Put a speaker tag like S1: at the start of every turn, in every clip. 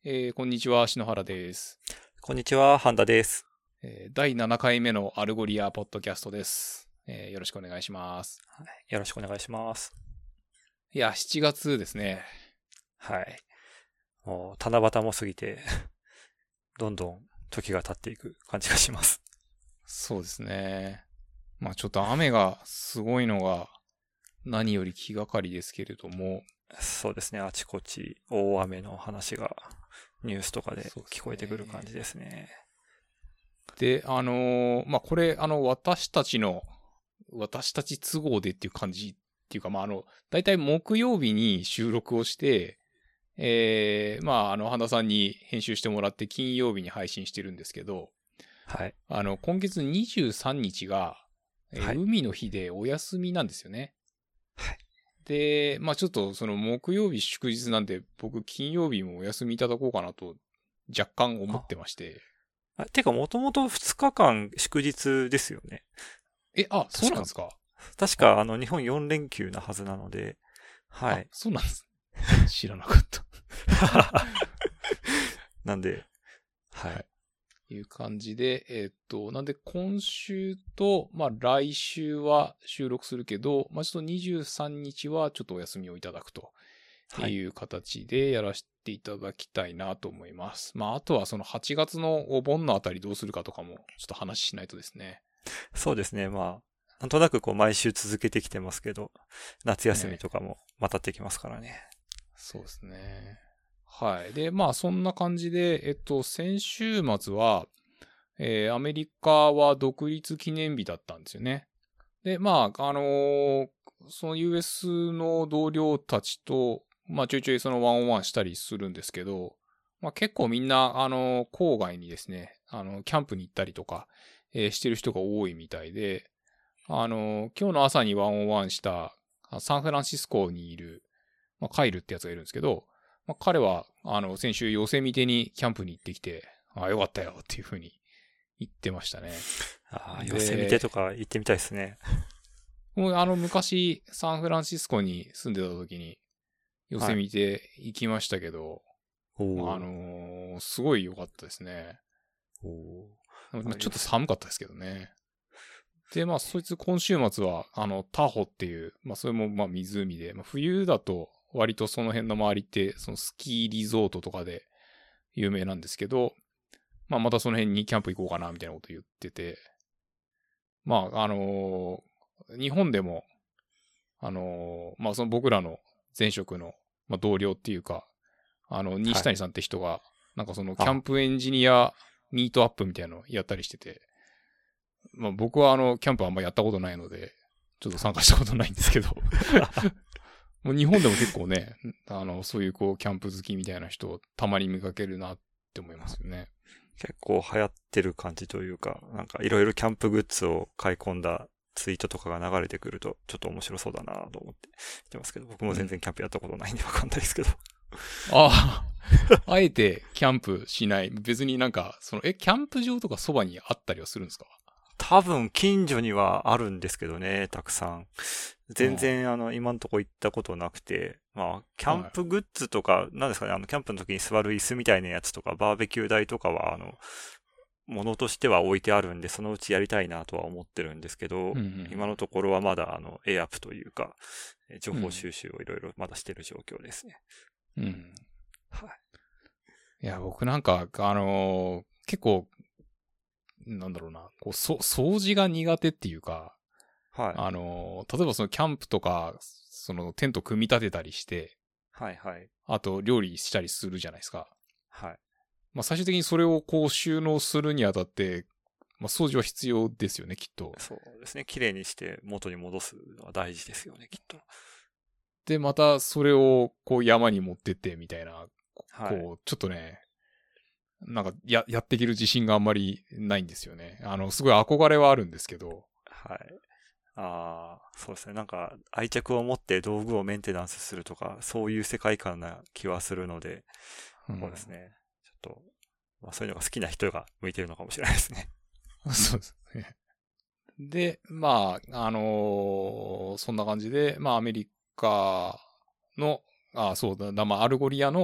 S1: こんにちは、篠原です。
S2: こんにちは、半田です。
S1: 第7回目のアルゴリアポッドキャストです。よろしくお願いします。
S2: よろしくお願いします。
S1: いや、7月ですね。
S2: はい。もう、七夕も過ぎて、どんどん時が経っていく感じがします。
S1: そうですね。まあちょっと雨がすごいのが何より気がかりですけれども。
S2: そうですね、あちこち大雨の話がニュースとかで聞こえてくる感じですね。
S1: で、まあこれ、私たち都合でっていう感じっていうか、まあだいたい木曜日に収録をして、まあ半田さんに編集してもらって金曜日に配信してるんですけど、
S2: はい。
S1: 今月23日が、
S2: はい。
S1: 海の日でお休みなんですよね。
S2: はい。
S1: で、まあちょっとその木曜日祝日なんで僕金曜日もお休みいただこうかなと若干思ってまして。
S2: てか、もともと2日間祝日ですよね。
S1: そう
S2: 確か、
S1: なんですか？
S2: 確か、日本4連休なはずなので、はい。
S1: そうなんです。知らなかった。
S2: なんで、はい。
S1: いう感じで、なんで今週と、まあ来週は収録するけど、まあちょっと23日はちょっとお休みをいただくと
S2: はい。
S1: いう形でやらせていただきたいなと思います。まああとはその8月のお盆のあたりどうするかとかもちょっと話しないとですね。
S2: そうですね、まあ、なんとなくこう毎週続けてきてますけど、夏休みとかもまたってきますからね。
S1: そうですね。はい。で、まあそんな感じで、先週末は、アメリカは独立記念日だったんですよね。で、まあ、その US の同僚たちと、まあちょいちょいそのワンオンワンしたりするんですけど、まあ結構みんな、郊外にですね、キャンプに行ったりとか、してる人が多いみたいで、今日の朝にワンオンワンしたサンフランシスコにいる、まあ、カイルってやつがいるんですけど、まあ、彼は、先週、ヨセミテにキャンプに行ってきて、よかったよっていう風に言ってましたね。
S2: ああ、寄せ見て
S1: で、
S2: とか行ってみたいですね。
S1: もう昔、サンフランシスコに住んでた時に、ヨセ
S2: はい。
S1: ミテ行きましたけど、
S2: おお。
S1: すごい良かったですね。
S2: おお。
S1: まあ、ちょっと
S2: 寄せ、
S1: 寒かったですけどね。で、まあ、そいつ今週末は、タホっていう、まあ、それもまあ湖で、まあ、冬だと割とその辺の周りって、そのスキーリゾートとかで有名なんですけど、まあ、またその辺にキャンプ行こうかな、みたいなこと言ってて、まあ、日本でも、まあ、その僕らの前職の、まあ、同僚っていうか、西
S2: はい。
S1: 谷さんって人が、なんかそのキャ
S2: あ、
S1: ンプエンジニアミートアップみたいなのやったりしてて、まあ僕はキャンプあんまやったことないので、ちょっと参加したことないんですけどもう日本でも結構ね、そういうこう、キャンプ好きみたいな人をたまに見かけるなって思いますよね。
S2: 結構流行ってる感じというか、なんかいろいろキャンプグッズを買い込んだツイートとかが流れてくると、ちょっと面白そうだなと思って見てますけど、僕も
S1: うん。
S2: 全然キャンプやったことないんでわかんないですけど。
S1: ああ、あえてキャンプしない。別になんか、キャンプ場とかそばにあったりはするんですか？
S2: 多分近所にはあるんですけどね、たくさん。全
S1: あ
S2: 然今のとこ行ったことなくて、まあ、キ
S1: あ、
S2: ャン
S1: はい。
S2: プグッズとか、なんですかね、キャンプの時に座る椅子みたいなやつとか、バーベキュー台とかは、ものとしては置いてあるんで、そのうちやりたいなとは思ってるんですけど、
S1: うん、
S2: 今のところはまだ、エアアップというか、情
S1: うん、
S2: 報収集をいろいろまだしてる状況ですね。
S1: うん。うん。
S2: はい。
S1: いや、僕なんか、結構、なんだろうな、こう、掃除が苦手っていうか、
S2: はい。
S1: 例えばそのキャンプとか、そのテント組み立てたりして、
S2: はい、はい。
S1: あと料理したりするじゃないですか。
S2: はい。
S1: まあ最終的にそれをこう収納するにあたって、まあ掃除は必要ですよね、きっと。
S2: そうですね。綺麗にして元に戻すのは大事ですよね、きっと。
S1: で、またそれをこう山に持ってってみたいな、
S2: はい。
S1: こう、ちょっとね、なんかやっていける自信があんまりないんですよね。すごい憧れはあるんですけど。
S2: はい。ああ、そうですね。なんか愛着を持って道具をメンテナンスするとか、そういう世界観な気はするので、
S1: うん。
S2: そうですね。ちょっと、まあそういうのが好きな人が向いてるのかもしれないですね。
S1: そうですね。で、まあ、そんな感じで、まあ、アメリカの、そうだ、まあ、アルゴリアの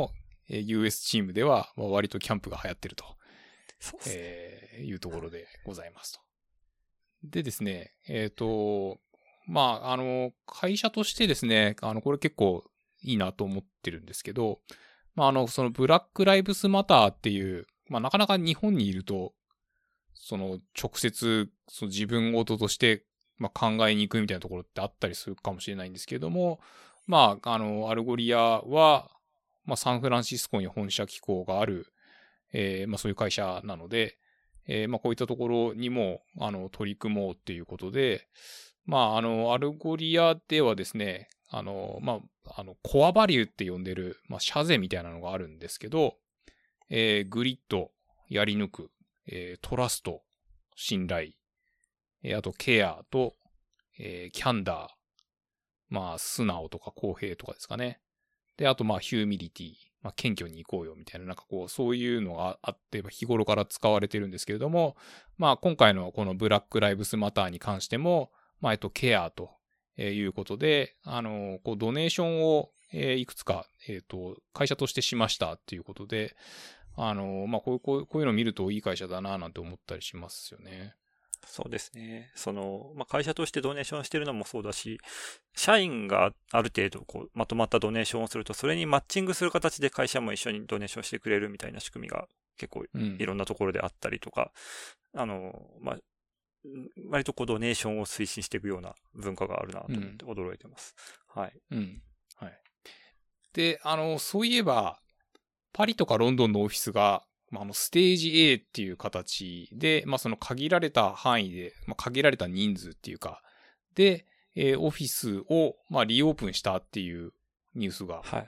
S1: US チームでは、まあ、割とキャンプが流行ってると、
S2: そうですね。
S1: いうところでございますと。でですね、まあ、会社としてですね、これ結構いいなと思ってるんですけど、まあ、そのブラックライブスマターっていう、まあ、なかなか日本にいると、その直接、その自分事として、まあ、考えにくいみたいなところってあったりするかもしれないんですけれども、まあ、アルゴリアは、まあ、サンフランシスコに本社機構がある、まあ、そういう会社なので、まあ、こういったところにも、取り組もうっていうことで、まあ、アルゴリアではですね、まあ、コアバリューって呼んでる、まあ、シャゼみたいなのがあるんですけど、グリッド、やり抜く、トラスト、信頼、あとケアと、キャンダー、まあ、素直とか公平とかですかね。で、あとまあ、ヒューミリティ、まあ、謙虚に行こうよみたいな、なんかこう、そういうのがあって、日頃から使われてるんですけれども、まあ、今回のこのブラックライブスマターに関しても、まあ、ケアということで、こう、ドネーションを、いくつか、会社としてしましたっていうことで、まあ、こういうのを見るといい会社だななんて思ったりしますよね。
S2: そうですね。まあ、会社としてドネーションしてるのもそうだし、社員がある程度こうまとまったドネーションをすると、それにマッチングする形で会社も一緒にドネーションしてくれるみたいな仕組みが結構いろんなところであったりとか、まあ、割とこうドネーションを推進していくような文化があるなと思って驚いてます。はい。
S1: うん。はい。で、そういえば、パリとかロンドンのオフィスが、まあ、ステージ A っていう形で、まあ、その限られた範囲で、まあ、限られた人数っていうか、で、オフィスを、まあ、リオープンしたっていうニュースが、
S2: はい。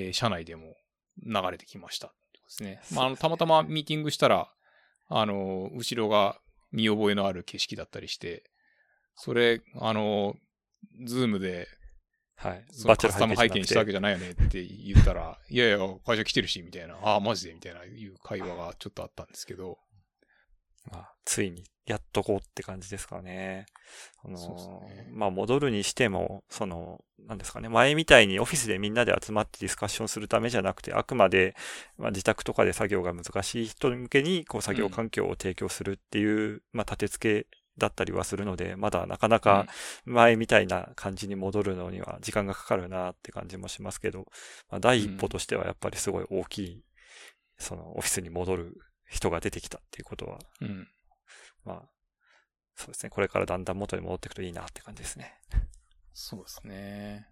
S1: 社内でも流れてきましたですね。まあ、たまたまミーティングしたら、後ろが見覚えのある景色だったりして、それ、ズームで、
S2: はい。
S1: そのカスタム拝見したわけじゃないよねって言ったら、いやいや、会社来てるし、みたいな、ああ、マジでみたいないう会話がちょっとあったんですけど。
S2: まあ、ついにやっとこうって感じですかね。
S1: そうですね。
S2: まあ、戻るにしても、なんですかね、前みたいにオフィスでみんなで集まってディスカッションするためじゃなくて、あくまで、まあ、自宅とかで作業が難しい人向けに、こう、作業環境を提供するっていう、まあ、立て付けだったりはするので、まだなかなか前みたいな感じに戻るのには時間がかかるなって感じもしますけど、まあ、第一歩としてはやっぱりすごい大きい、オフィスに戻る人が出てきたっていうことは、まあ、そうですね。これからだんだん元に戻っていくといいなって感じですね。
S1: そうですね。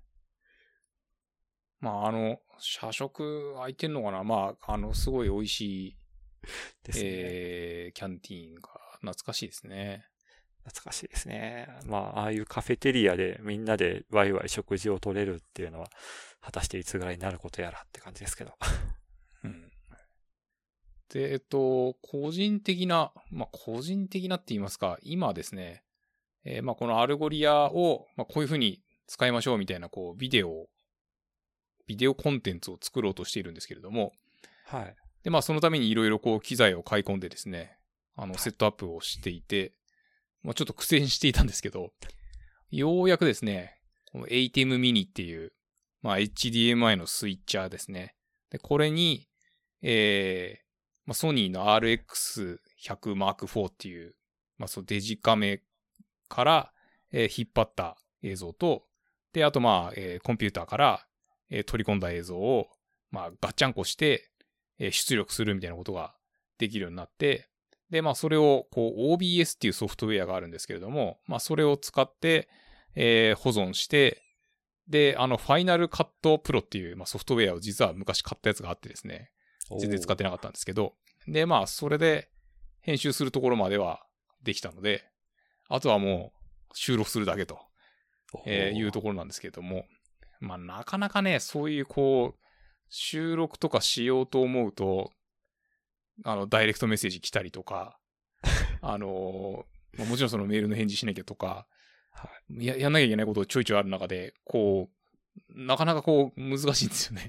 S1: まあ、社食空いてんのかな。まあ、すごい美味しい、
S2: ですね。
S1: キャンティーンが懐かしいですね。
S2: 懐かしいですね。まあ、ああいうカフェテリアでみんなでワイワイ食事を取れるっていうのは、果たしていつぐらいになることやらって感じですけど。
S1: うん。で、個人的なって言いますか、今ですね、まあ、このアルゴリアを、まあ、こういう風に使いましょうみたいな、こう、ビデオコンテンツを作ろうとしているんですけれども、
S2: はい。
S1: で、まあ、そのためにいろいろこう、機材を買い込んでですね、セットアップをしていて、まあ、ちょっと苦戦していたんですけど、ようやくですね、この ATEM mini っていう、まあ、HDMI のスイッチャーですね。で、これに、まあ、ソニーの RX100 Mark IV っていう、まあ、そうデジカメから、引っ張った映像と、で、あとまあ、コンピューターから、取り込んだ映像を、まあ、ガッチャンコして、出力するみたいなことができるようになって、で、まあ、それを、こう、OBS っていうソフトウェアがあるんですけれども、まあ、それを使って、保存して、で、ファイナルカットプロっていう、まあ、ソフトウェアを実は昔買ったやつがあってですね、全然使ってなかったんですけど、で、まあ、それで編集するところまではできたので、あとはもう収録するだけと、いうところなんですけれども、まあ、なかなかね、そういうこう、収録とかしようと思うと、ダイレクトメッセージ来たりとか、まあ、もちろんそのメールの返事しなきゃとか、やんなきゃいけないことをちょいちょいある中で、こう、なかなかこう、難しいんですよね。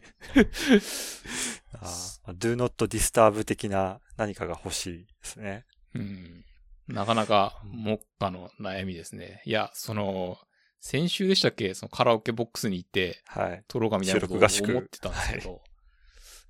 S2: do not disturb 的な何かが欲しいですね。
S1: うん。なかなか、目下の悩みですね。いや、先週でしたっけ、そのカラオケボックスに行って、
S2: はい。
S1: 撮ろうかみたいなことを思ってたんですけど、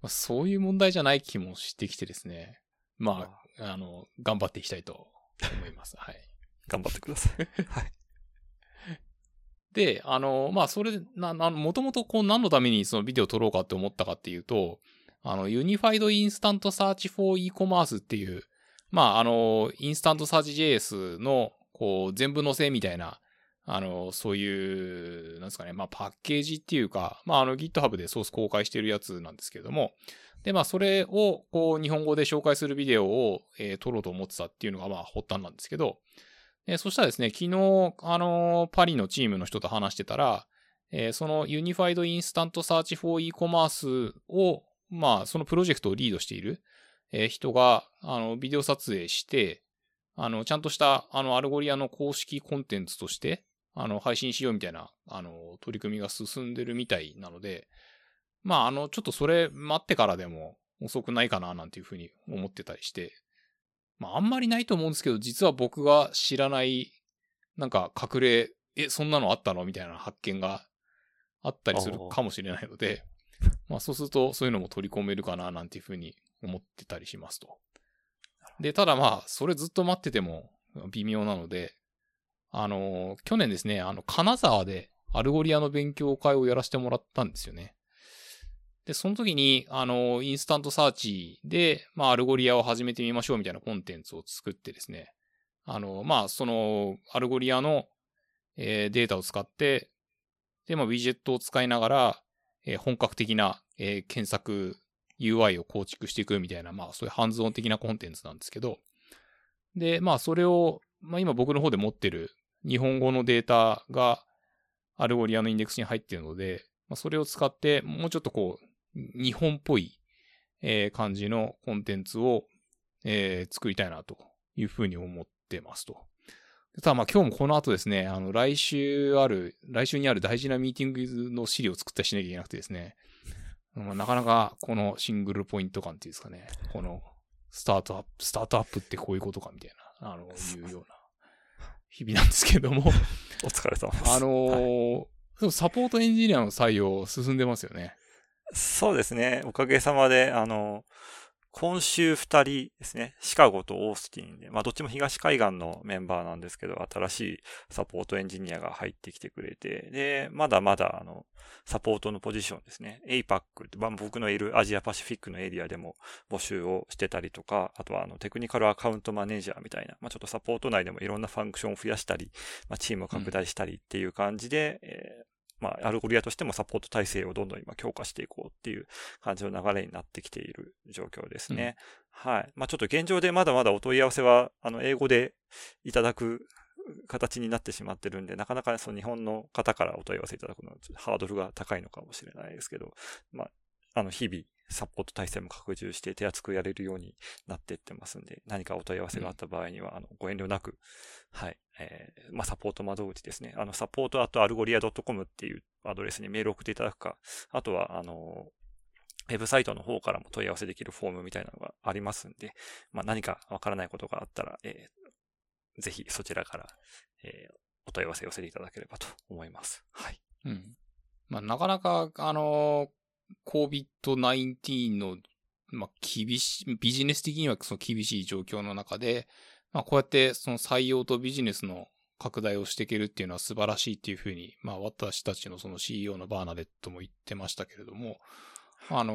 S1: そういう問題じゃない気もしてきてですね。まあ、頑張っていきたいと思います。はい。
S2: 頑張ってください。はい。
S1: で、まあ、それ、もともとこう何のためにそのビデオを撮ろうかって思ったかっていうと、Unified Instant Search for E-Commerce っていう、まあ、インスタントサーチ JS の、こう、全部載せみたいな、そういう、なんですかね、まあ、パッケージっていうか、まあ、GitHub でソース公開してるやつなんですけれども、で、まあ、それを、こう、日本語で紹介するビデオを、撮ろうと思ってたっていうのが、まあ、発端なんですけど、そしたらですね、昨日、パリのチームの人と話してたら、その Unified Instant Search for E-Commerce を、まあ、そのプロジェクトをリードしている、人が、ビデオ撮影して、ちゃんとした、アルゴリアの公式コンテンツとして、配信しようみたいな、取り組みが進んでるみたいなので、まあ、ちょっとそれ待ってからでも遅くないかな、なんていうふうに思ってたりして、まあ、あんまりないと思うんですけど、実は僕が知らない、なんか隠れ、そんなのあったのみたいな発見があったりするかもしれないので、まあそうするとそういうのも取り込めるかななんていうふうに思ってたりしますと。で、ただまあ、それずっと待ってても微妙なので、去年ですね、金沢でアルゴリアの勉強会をやらせてもらったんですよね。で、その時に、インスタントサーチで、まあ、アルゴリアを始めてみましょうみたいなコンテンツを作ってですね、まあ、その、アルゴリアの、データを使って、で、まあ、ウィジェットを使いながら、本格的な、検索 UI を構築していくみたいな、まあ、そういうハンズオン的なコンテンツなんですけど、で、まあ、それを、まあ、今僕の方で持ってる日本語のデータが、アルゴリアのインデックスに入っているので、まあ、それを使って、もうちょっとこう、日本っぽい、感じのコンテンツを、作りたいなというふうに思ってますと。ただまあ今日もこの後ですね、来週にある大事なミーティングの資料を作ったりしなきゃいけなくてですね、なかなかこのシングルポイント感っていうんですかね、このスタートアップってこういうことかみたいな、いうような日々なんですけども。
S2: お疲れ様です。
S1: でもサポートエンジニアの採用進んでますよね。
S2: そうですね。おかげさまで、今週2人ですね、シカゴとオースティンで、まあどっちも東海岸のメンバーなんですけど、新しいサポートエンジニアが入ってきてくれて、で、まだまだサポートのポジションですね、APAC って、まあ、僕のいるアジアパシフィックのエリアでも募集をしてたりとか、あとはテクニカルアカウントマネージャーみたいな、まあちょっとサポート内でもいろんなファンクションを増やしたり、まあチームを拡大したりっていう感じで、まあ、アルゴリアとしてもサポート体制をどんどん今強化していこうっていう感じの流れになってきている状況ですね。はい。まあ、ちょっと現状でまだまだお問い合わせは、英語でいただく形になってしまってるんで、なかなかその日本の方からお問い合わせいただくのはハードルが高いのかもしれないですけど、まあ、日々サポート体制も拡充して手厚くやれるようになっていってますんで、何かお問い合わせがあった場合には、ご遠慮なく、はい。まあ、サポート窓口ですね。サポート@algoria.com っていうアドレスにメールを送っていただくか、あとは、ウェブサイトの方からも問い合わせできるフォームみたいなのがありますんで、まあ、何かわからないことがあったら、ぜひそちらから、お問い合わせ寄せていただければと思います。はい。
S1: うん。まあ、なかなか、COVID-19 の、まあ、ビジネス的にはその厳しい状況の中で、まあ、こうやってその採用とビジネスの拡大をしていけるっていうのは素晴らしいっていうふうに、まあ、私たちのその CEO のバーナデットも言ってましたけれども、本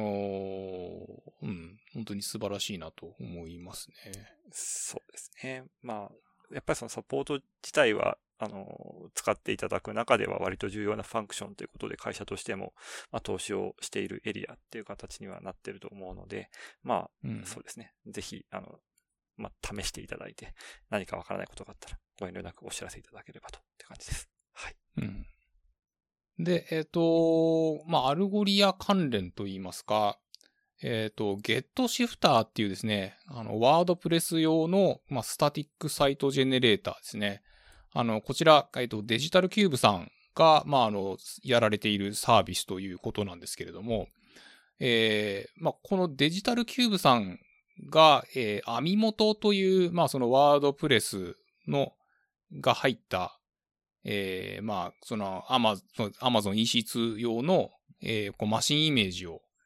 S1: 当に素晴らしいなと思いますね。
S2: そうですね。まあ、やっぱりそのサポート自体は、使っていただく中では割と重要なファンクションということで会社としても、まあ、投資をしているエリアっていう形にはなっていると思うので、まあ、そうですね。ぜひ、まあ、試していただいて、何かわからないことがあったら、ご遠慮なくお知らせいただければとって感じです。はい。
S1: うん。で、まあ、アルゴリア関連といいますか、ゲットシフターっていうですね、ワードプレス用の、まあ、スタティックサイトジェネレーターですね。こちら、デジタルキューブさんが、まあ、やられているサービスということなんですけれども、まあ、このデジタルキューブさんが、網元という、まあ、そのワードプレスの、が入った、まあ、そのAmazon EC2 用の、こうマシンイメージを、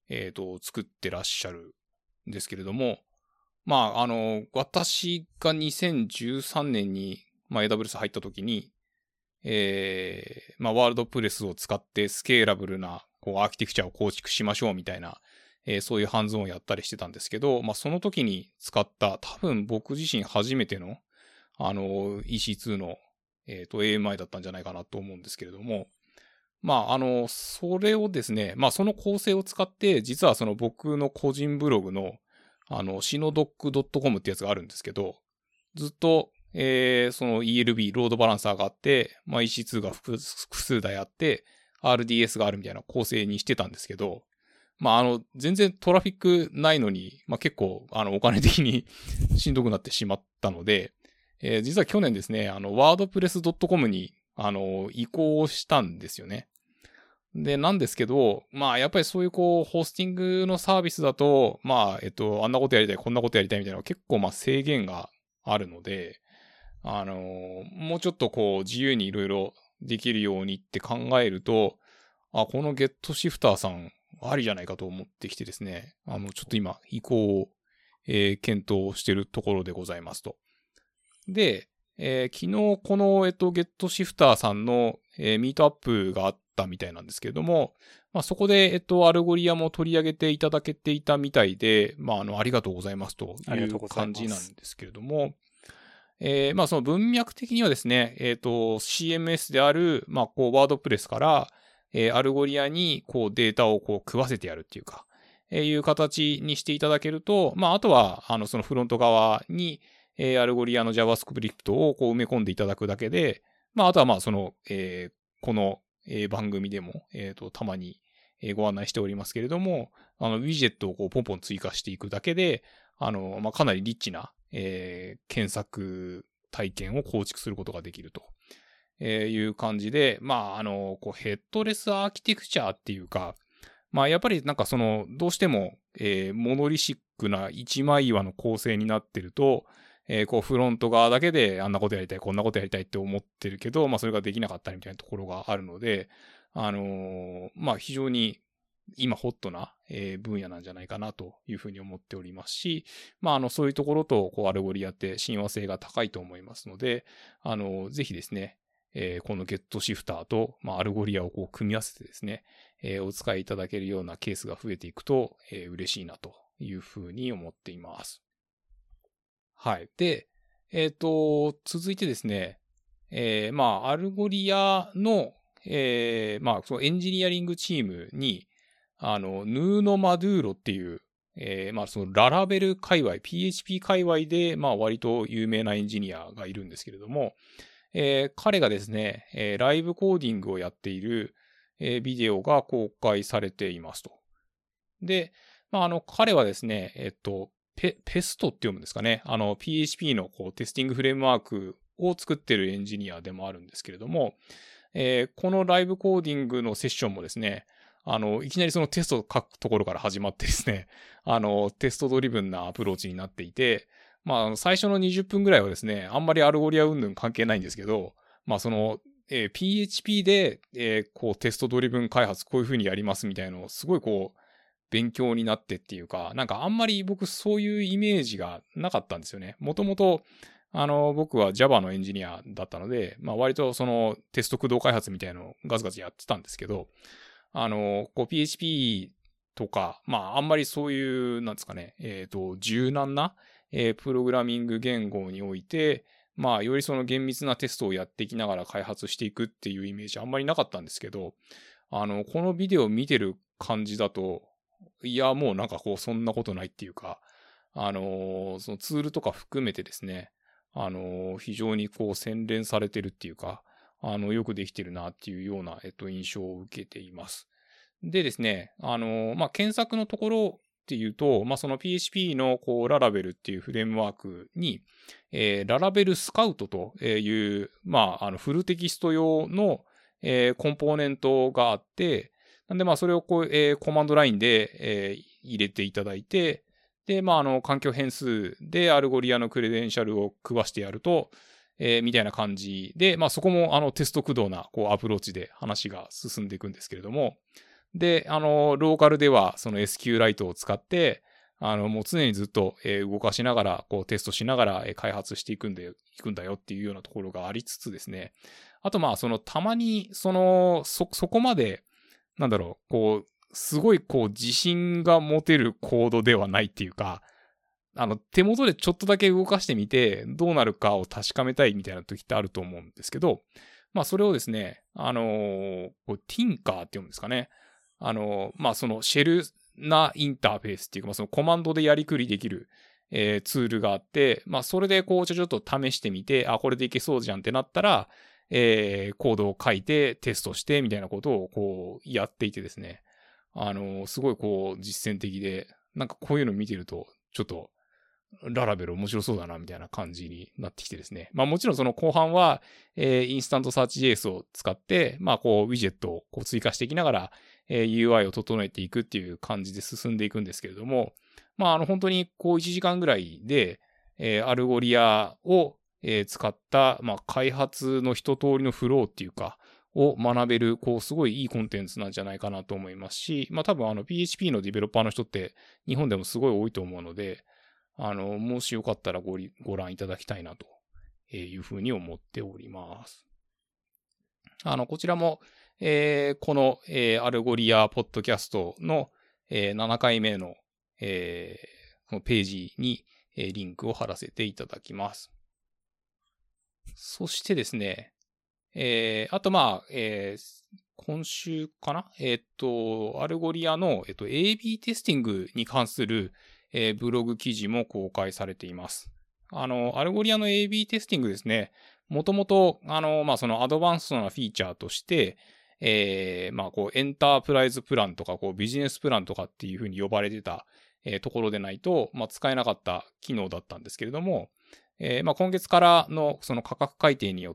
S1: 作ってらっしゃるんですけれども、まあ、私が2013年に、まあ、AWS 入った時に、まあ、ワールドプレスを使ってスケーラブルな、こう、アーキテクチャを構築しましょうみたいな、そういうハンズオンをやったりしてたんですけど、まあ、その時に使った、多分僕自身初めての、EC2 の、AMI だったんじゃないかなと思うんですけれども、まあ、それをですね、まあ、その構成を使って、実はその僕の個人ブログの、sinodoc.com ってやつがあるんですけど、ずっと、その ELB、ロードバランサーがあって、まあ、EC2 が複数台あって、RDS があるみたいな構成にしてたんですけど、まあ、全然トラフィックないのに、まあ、結構、お金的にしんどくなってしまったので、実は去年ですね、wordpress.com に、移行したんですよね。で、なんですけど、まあ、やっぱりそういうこう、ホスティングのサービスだと、まあ、あんなことやりたい、こんなことやりたいみたいなのは結構まあ制限があるので、もうちょっとこう、自由にいろいろできるようにって考えると、このゲットシフターさん、ありじゃないかと思ってきてですね、ちょっと今、移行を、検討しているところでございますと。で、昨日この、ゲットシフターさんの、ミートアップがあったみたいなんですけれども、まあ、そこで、アルゴリアも取り上げていただけていたみたいで、まあ、ありがとうございますという感じなんですけれども、まあ、その文脈的にはですね、CMS である、まあ、こう、ワードプレスから、アルゴリアに、こう、データをこう、食わせてやるっていうか、いう形にしていただけると、まあ、あとは、そのフロント側に、アルゴリアの JavaScript をこう埋め込んでいただくだけで、まあ、あとはまあ、その、この、番組でも、たまに、ご案内しておりますけれども、ウィジェットをこうポンポン追加していくだけで、まあ、かなりリッチな、検索体験を構築することができると、いう感じで、まあ、こうヘッドレスアーキテクチャっていうか、まあ、やっぱりなんかその、どうしても、モノリシックな一枚岩の構成になってると、こうフロント側だけであんなことやりたい、こんなことやりたいって思ってるけど、まあそれができなかったりみたいなところがあるので、まあ非常に今ホットな分野なんじゃないかなというふうに思っておりますし、まあそういうところとこうアルゴリアって親和性が高いと思いますので、ぜひですね、このゲットシフターと、まあ、アルゴリアをこう組み合わせてですね、お使いいただけるようなケースが増えていくと、嬉しいなというふうに思っています。はい。で、続いてですね、まあ、アルゴリアの、まあ、そのエンジニアリングチームに、ヌーノ・マドゥーロっていう、まあ、そのララベル界隈、PHP 界隈で、まあ、割と有名なエンジニアがいるんですけれども、彼がですね、ライブコーディングをやっている、ビデオが公開されていますと。で、まあ、彼はですね、ペストって読むんですかね。PHP のこうテスティングフレームワークを作ってるエンジニアでもあるんですけれども、このライブコーディングのセッションもですね、いきなりそのテストを書くところから始まってですね、テストドリブンなアプローチになっていて、まあ、最初の20分ぐらいはですね、あんまりアルゴリア云々関係ないんですけど、まあ、その、PHP で、こうテストドリブン開発こういう風にやりますみたいなのをすごいこう、勉強になってっていうか、なんかあんまり僕そういうイメージがなかったんですよね。もともと、僕は Java のエンジニアだったので、まあ割とそのテスト駆動開発みたいなのをガツガツやってたんですけど、こう PHP とか、まああんまりそういう、なんですかね、柔軟な、プログラミング言語において、まあよりその厳密なテストをやっていきながら開発していくっていうイメージあんまりなかったんですけど、このビデオを見てる感じだと、いや、もうなんかこう、そんなことないっていうか、そのツールとか含めてですね、非常にこう、洗練されてるっていうか、よくできてるなっていうような、印象を受けています。でですね、まあ、検索のところっていうと、まあ、その PHP のこう、ララベルっていうフレームワークに、ララベルスカウトという、まあ、フルテキスト用の、コンポーネントがあって、なんでまあそれをこう、コマンドラインで、入れていただいて、で、まあ環境変数でアルゴリアのクレデンシャルを食わしてやると、みたいな感じで、まあそこもテスト駆動なこうアプローチで話が進んでいくんですけれども、 で、ローカルではその SQLite を使って、もう常にずっと動かしながら、こうテストしながら開発していくんだよっていうようなところがありつつですね。あとまあ、たまに、そこまで、なんだろう、こう、すごいこう自信が持てるコードではないっていうか、手元でちょっとだけ動かしてみて、どうなるかを確かめたいみたいな時ってあると思うんですけど、まあそれをですね、こうティンカーって読むんですかね。まあそのシェルなインターフェースっていうか、まあそのコマンドでやりくりできる、ツールがあって、まあそれでこうちょっと試してみて、これでいけそうじゃんってなったら、コードを書いてテストしてみたいなことをこうやっていてですね。すごいこう実践的で、なんかこういうの見てると、ちょっとララベル面白そうだなみたいな感じになってきてですね。まあもちろんその後半は、インスタントサーチ JS を使って、まあこうウィジェットをこう追加していきながら、UI を整えていくっていう感じで進んでいくんですけれども、まあ本当にこう1時間ぐらいで、アルゴリアを使った、まあ開発の一通りのフローっていうか、を学べる、こう、すごいいいコンテンツなんじゃないかなと思いますし、まあ多分PHP のディベロッパーの人って日本でもすごい多いと思うので、もしよかったらご覧いただきたいなというふうに思っております。こちらも、この、アルゴリアポッドキャストの、7回目の、このページに、リンクを貼らせていただきます。そしてですね、あとまあ、今週かなアルゴリアの、AB テスティングに関する、ブログ記事も公開されています。アルゴリアの AB テスティングですね。もともと、まあ、そのアドバンストなフィーチャーとして、まあ、こう、エンタープライズプランとか、こう、ビジネスプランとかっていう風に呼ばれてた、ところでないと、まあ、使えなかった機能だったんですけれども、まあ、今月からのその価格改定によって、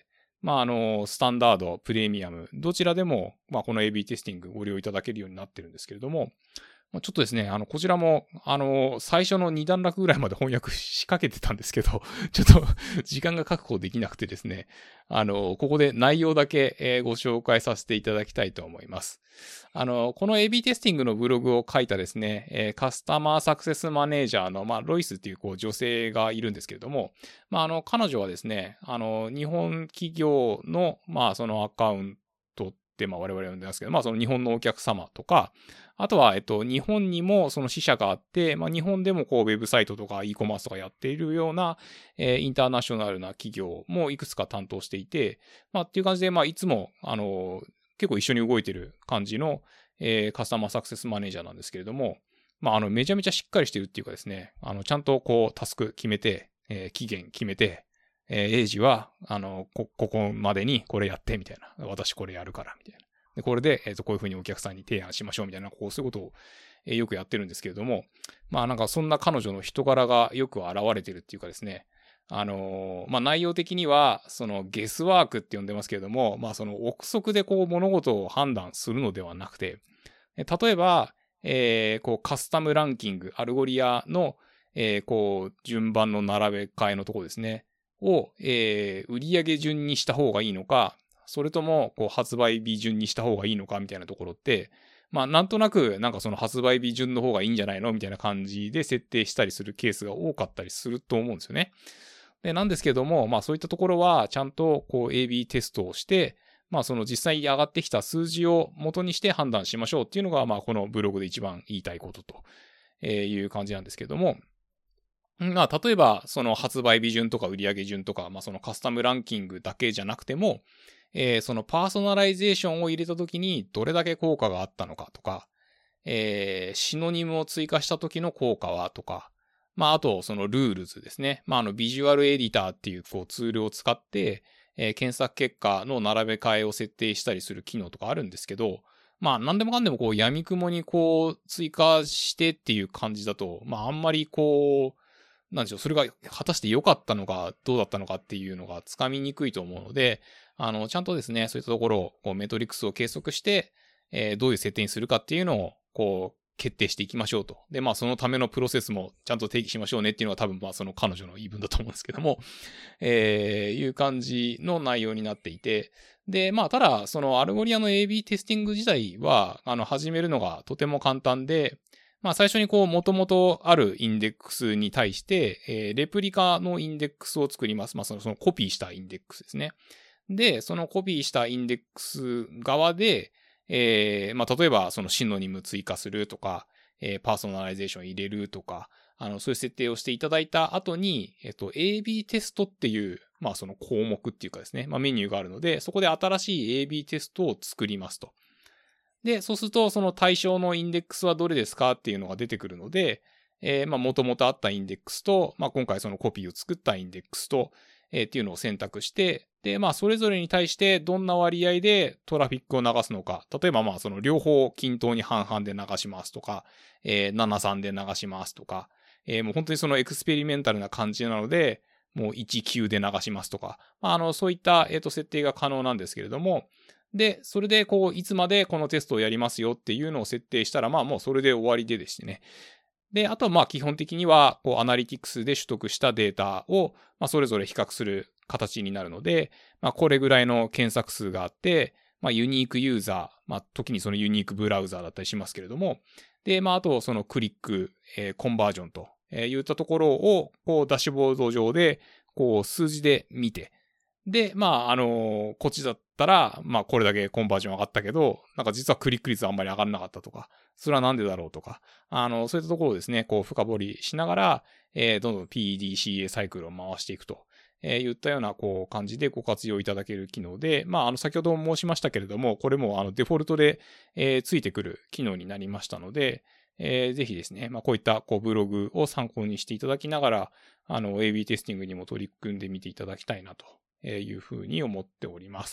S1: まあ、スタンダード、プレミアム、どちらでも、まあ、この AB テスティングご利用いただけるようになってるんですけれども、ちょっとですね、こちらも、最初の2段落ぐらいまで翻訳しかけてたんですけど、ちょっと時間が確保できなくてですね、ここで内容だけ、ご紹介させていただきたいと思います。この AB テスティングのブログを書いたですね、カスタマーサクセスマネージャーの、まあ、ロイスっていう、こう、女性がいるんですけれども、まあ、彼女はですね、日本企業の、まあ、そのアカウントって、まあ、我々呼んでますけど、まあ、その日本のお客様とか、あとは、日本にもその支社があって、まあ、日本でもこう、ウェブサイトとか e コマースとかやっているような、インターナショナルな企業もいくつか担当していて、まあ、っていう感じで、まあ、いつも、結構一緒に動いてる感じの、カスタマーサクセスマネージャーなんですけれども、まあ、めちゃめちゃしっかりしてるっていうかですね、ちゃんとこう、タスク決めて、期限決めて、エイジは、ここまでにこれやって、みたいな。私これやるから、みたいな。で、これで、こういうふうにお客さんに提案しましょうみたいな、こう、そういうことを、よくやってるんですけれども、まあなんかそんな彼女の人柄がよく現れてるっていうかですね、まあ内容的には、そのゲスワークって呼んでますけれども、まあその憶測でこう物事を判断するのではなくて、例えば、こうカスタムランキング、アルゴリアの、こう順番の並べ替えのところですね、を、売上順にした方がいいのか、それとも、こう、発売日順にした方がいいのかみたいなところって、まあ、なんとなく、なんかその発売日順の方がいいんじゃないのみたいな感じで設定したりするケースが多かったりすると思うんですよね。で、なんですけども、まあ、そういったところは、ちゃんと、こう、AB テストをして、まあ、その実際に上がってきた数字を元にして判断しましょうっていうのが、まあ、このブログで一番言いたいことという感じなんですけども、まあ、例えば、その発売日順とか売上順とか、まあ、そのカスタムランキングだけじゃなくても、そのパーソナライゼーションを入れたときにどれだけ効果があったのかとか、シノニムを追加した時の効果はとか、まあ、あと、そのルールズですね。まあ、ビジュアルエディターっていう、こう、ツールを使って、検索結果の並べ替えを設定したりする機能とかあるんですけど、まあ、なんでもかんでもこう、闇雲にこう、追加してっていう感じだと、まあ、あんまりこう、なんでしょう、それが果たして良かったのかどうだったのかっていうのがつかみにくいと思うので、ちゃんとですね、そういったところを、こう、メトリックスを計測して、どういう設定にするかっていうのを、こう、決定していきましょうと。で、まあ、そのためのプロセスもちゃんと定義しましょうねっていうのが多分、まあ、その彼女の言い分だと思うんですけども、いう感じの内容になっていて、 で、まあ、ただ、そのアルゴリアの AB テスティング自体は、始めるのがとても簡単で、まあ、最初にこう、元々あるインデックスに対して、レプリカのインデックスを作ります。まあ、そのコピーしたインデックスですね。で、そのコピーしたインデックス側で、まあ、例えば、そのシノニム追加するとか、パーソナライゼーション入れるとか、そういう設定をしていただいた後に、AB テストっていう、まあその項目っていうかですね、まあメニューがあるので、そこで新しい AB テストを作りますと。で、そうすると、その対象のインデックスはどれですかっていうのが出てくるので、まあ元々あったインデックスと、まあ今回そのコピーを作ったインデックスと、っていうのを選択して、で、まあそれぞれに対してどんな割合でトラフィックを流すのか。例えばまあその両方均等に半々で流しますとか、7-3で流しますとか、もう本当にそのエクスペリメンタルな感じなので、もう1-9で流しますとか、まあそういった、設定が可能なんですけれども、で、それでこう、いつまでこのテストをやりますよっていうのを設定したら、まあもうそれで終わりでですね。で、あとはまあ基本的には、こう、アナリティクスで取得したデータを、まあそれぞれ比較する形になるので、まあこれぐらいの検索数があって、まあユニークユーザー、まあ時にそのユニークブラウザーだったりしますけれども、で、まああとそのクリック、コンバージョンといったところを、こうダッシュボード上で、こう数字で見て、で、まあこっちだったら、まあこれだけコンバージョン上がったけど、なんか実はクリック率あんまり上がらなかったとか、それはなんでだろうとか、そういったところをですね、こう深掘りしながら、どんどん PDCA サイクルを回していくと。言ったような、こう、感じでご活用いただける機能で、まあ、先ほども申しましたけれども、これも、デフォルトで、ついてくる機能になりましたので、ぜひですね、まあ、こういった、こう、ブログを参考にしていただきながら、AB テスティングにも取り組んでみていただきたいなというふうに思っております。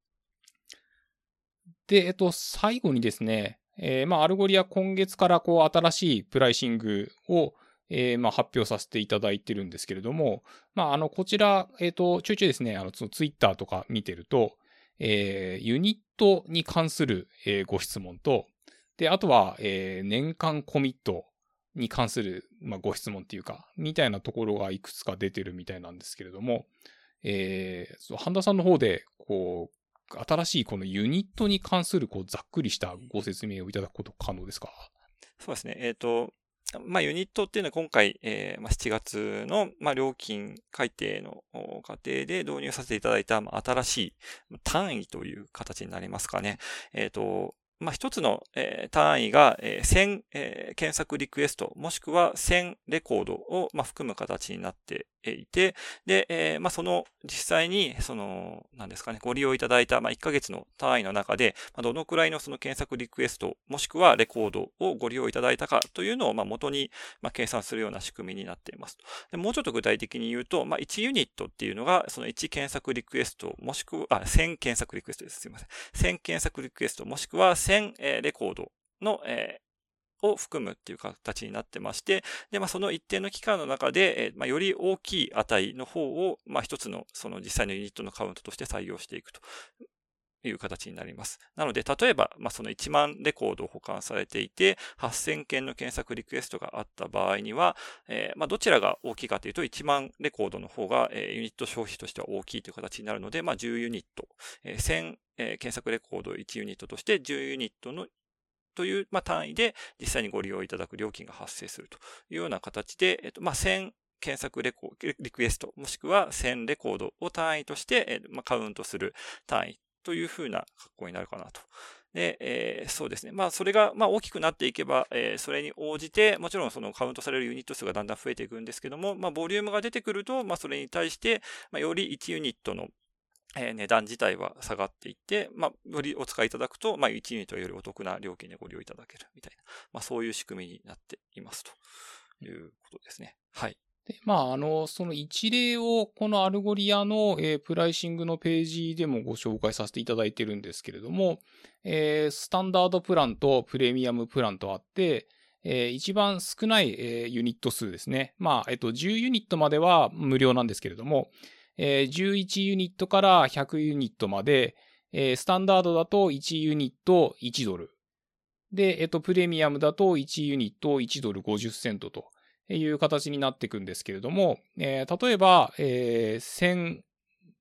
S1: で、最後にですね、まあ、アルゴリア今月からこう、新しいプライシングを、まあ、発表させていただいてるんですけれども、まあ、こちら、ちょいちょいですね、そのツイッターとか見てると、ユニットに関する、ご質問と、で、あとは、年間コミットに関する、まあ、ご質問っていうか、みたいなところがいくつか出てるみたいなんですけれども、半田さんの方で、こう、新しいこのユニットに関する、こう、ざっくりしたご説明をいただくこと可能ですか？
S2: そうですね。まあ、ユニットっていうのは今回、まあ、7月の、まあ、料金改定の過程で導入させていただいた、まあ、新しい単位という形になりますかね。まあ、一つの、単位が、1000、検索リクエスト、もしくは1000レコードを、まあ、含む形になっていて、で、まあ、その実際に、何ですかね、ご利用いただいた、まあ、1ヶ月の単位の中で、まあ、どのくらいのその検索リクエスト、もしくはレコードをご利用いただいたかというのを、まあ、元に、まあ、計算するような仕組みになっています。でもうちょっと具体的に言うと、まあ、1ユニットっていうのが、その1検索リクエスト、もしくは、1000検索リクエストです。すいません。1000検索リクエスト、もしくは1000レコードの、を含むっていう形になってまして、で、まあ、その一定の期間の中で、まあ、より大きい値の方を、まあ、一つの、その実際のユニットのカウントとして採用していくという形になります。なので、例えば、まあ、その1万レコードを保管されていて、8000件の検索リクエストがあった場合には、まあ、どちらが大きいかというと、1万レコードの方が、ユニット消費としては大きいという形になるので、まあ、10ユニット、1000、検索レコード1ユニットとして10ユニットのという、まあ、単位で実際にご利用いただく料金が発生するというような形で、まあ、1000検索リクエスト、もしくは1000レコードを単位として、まあ、カウントする単位というふうな格好になるかなと。で、そうですね。まあ、それが、まあ、大きくなっていけば、それに応じて、もちろんそのカウントされるユニット数がだんだん増えていくんですけども、まあ、ボリュームが出てくると、まあ、それに対して、まあ、より1ユニットの値段自体は下がっていって、まあ、よりお使いいただくと、まあ、1ユニットよりお得な料金でご利用いただけるみたいな、まあ、そういう仕組みになっていますということですね。はい。
S1: で、まあ、その一例を、このアルゴリアの、プライシングのページでもご紹介させていただいてるんですけれども、スタンダードプランとプレミアムプランとあって、一番少ない、ユニット数ですね。まあ、10ユニットまでは無料なんですけれども、11ユニットから100ユニットまで、スタンダードだと1ユニット1ドル。で、プレミアムだと1ユニット1ドル50セントという形になっていくんですけれども、例えば、1000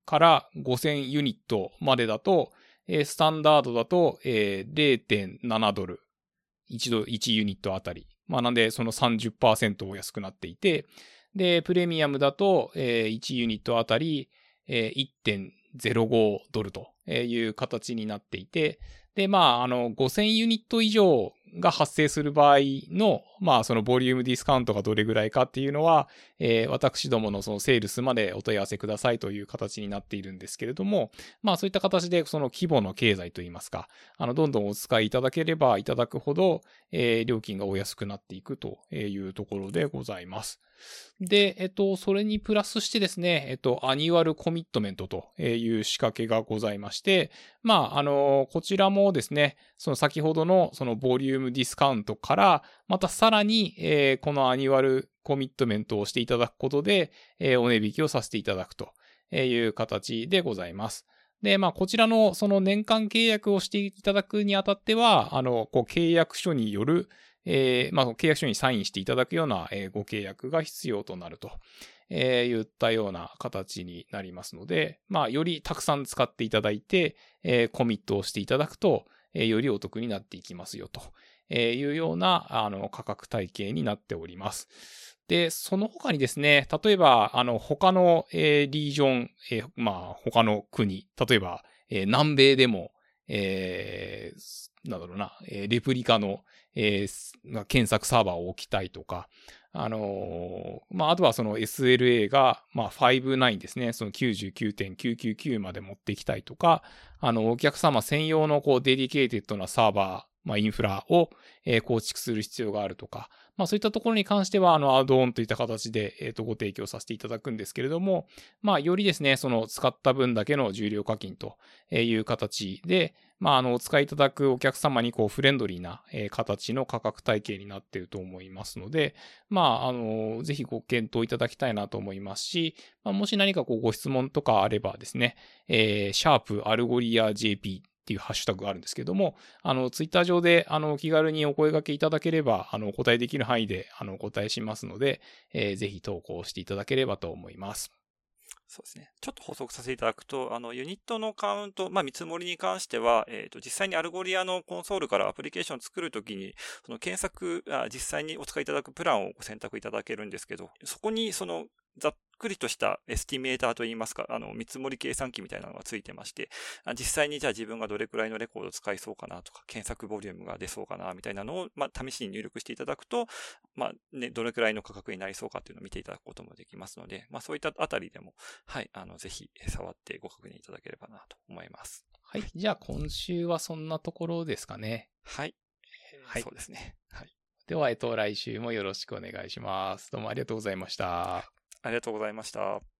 S1: から5000ユニットまでだと、スタンダードだと、0.7 ドル。1ユニットあたり。まあなんでその 30% お安くなっていて、で、プレミアムだと、1ユニットあたり、1.05 ドルという形になっていて、で、まあ、5000ユニット以上が発生する場合の、まあ、そのボリュームディスカウントがどれぐらいかっていうのは、私どものそのセールスまでお問い合わせくださいという形になっているんですけれども、まあ、そういった形でその規模の経済といいますか、どんどんお使いいただければいただくほど、料金がお安くなっていくというところでございます。で、それにプラスしてですね、アニュアルコミットメントという仕掛けがございまして、まあ、こちらもですね、その先ほどのそのボリュームディスカウントから、またさらに、このアニュアルコミットメントをしていただくことで、お値引きをさせていただくという形でございます。で、まあ、こちらのその年間契約をしていただくにあたっては、こう契約書による、まあ、契約書にサインしていただくような、ご契約が必要となると、言ったような形になりますので、まあ、よりたくさん使っていただいて、コミットをしていただくと、よりお得になっていきますよというような価格体系になっております。で、その他にですね、例えば、他の、リージョン、まあ、他の国、例えば、南米でも、なんだろうな、レプリカの、検索サーバーを置きたいとか、まあ、あとはその SLA が、まあ、59ですね、その 99.999 まで持っていきたいとか、お客様専用のこう、デディケーテッドなサーバー、まあ、インフラを、構築する必要があるとか、まあそういったところに関しては、アドオンといった形で、ご提供させていただくんですけれども、まあよりですね、その使った分だけの重量課金という形で、まあお使いいただくお客様にこうフレンドリーな形の価格体系になっていると思いますので、まあぜひご検討いただきたいなと思いますし、まあ、もし何かこうご質問とかあればですね、シャープアルゴリア JPっていうハッシュタグがあるんですけども、ツイッター上で、お気軽にお声掛けいただければ、お答えできる範囲で、お答えしますので、ぜひ投稿していただければと思います。
S2: そうですね。ちょっと補足させていただくと、ユニットのカウント、まあ、見積もりに関しては、実際にアルゴリアのコンソールからアプリケーションを作るときに、その検索実際にお使いいただくプランをご選択いただけるんですけど、そこにその、ざっくりとしたエスティメーターといいますか、見積もり計算機みたいなのがついてまして、実際にじゃあ自分がどれくらいのレコードを使いそうかなとか、検索ボリュームが出そうかなみたいなのを、まあ、試しに入力していただくと、まあ、ね、どれくらいの価格になりそうかっていうのを見ていただくこともできますので、まあ、そういったあたりでも、はい、ぜひ触ってご確認いただければなと思います。
S1: はい。じゃあ今週はそんなところですかね。
S2: はい。
S1: はい。
S2: そうですね。はい。
S1: では、来週もよろしくお願いします。どうもありがとうございました。
S2: ありがとうございました。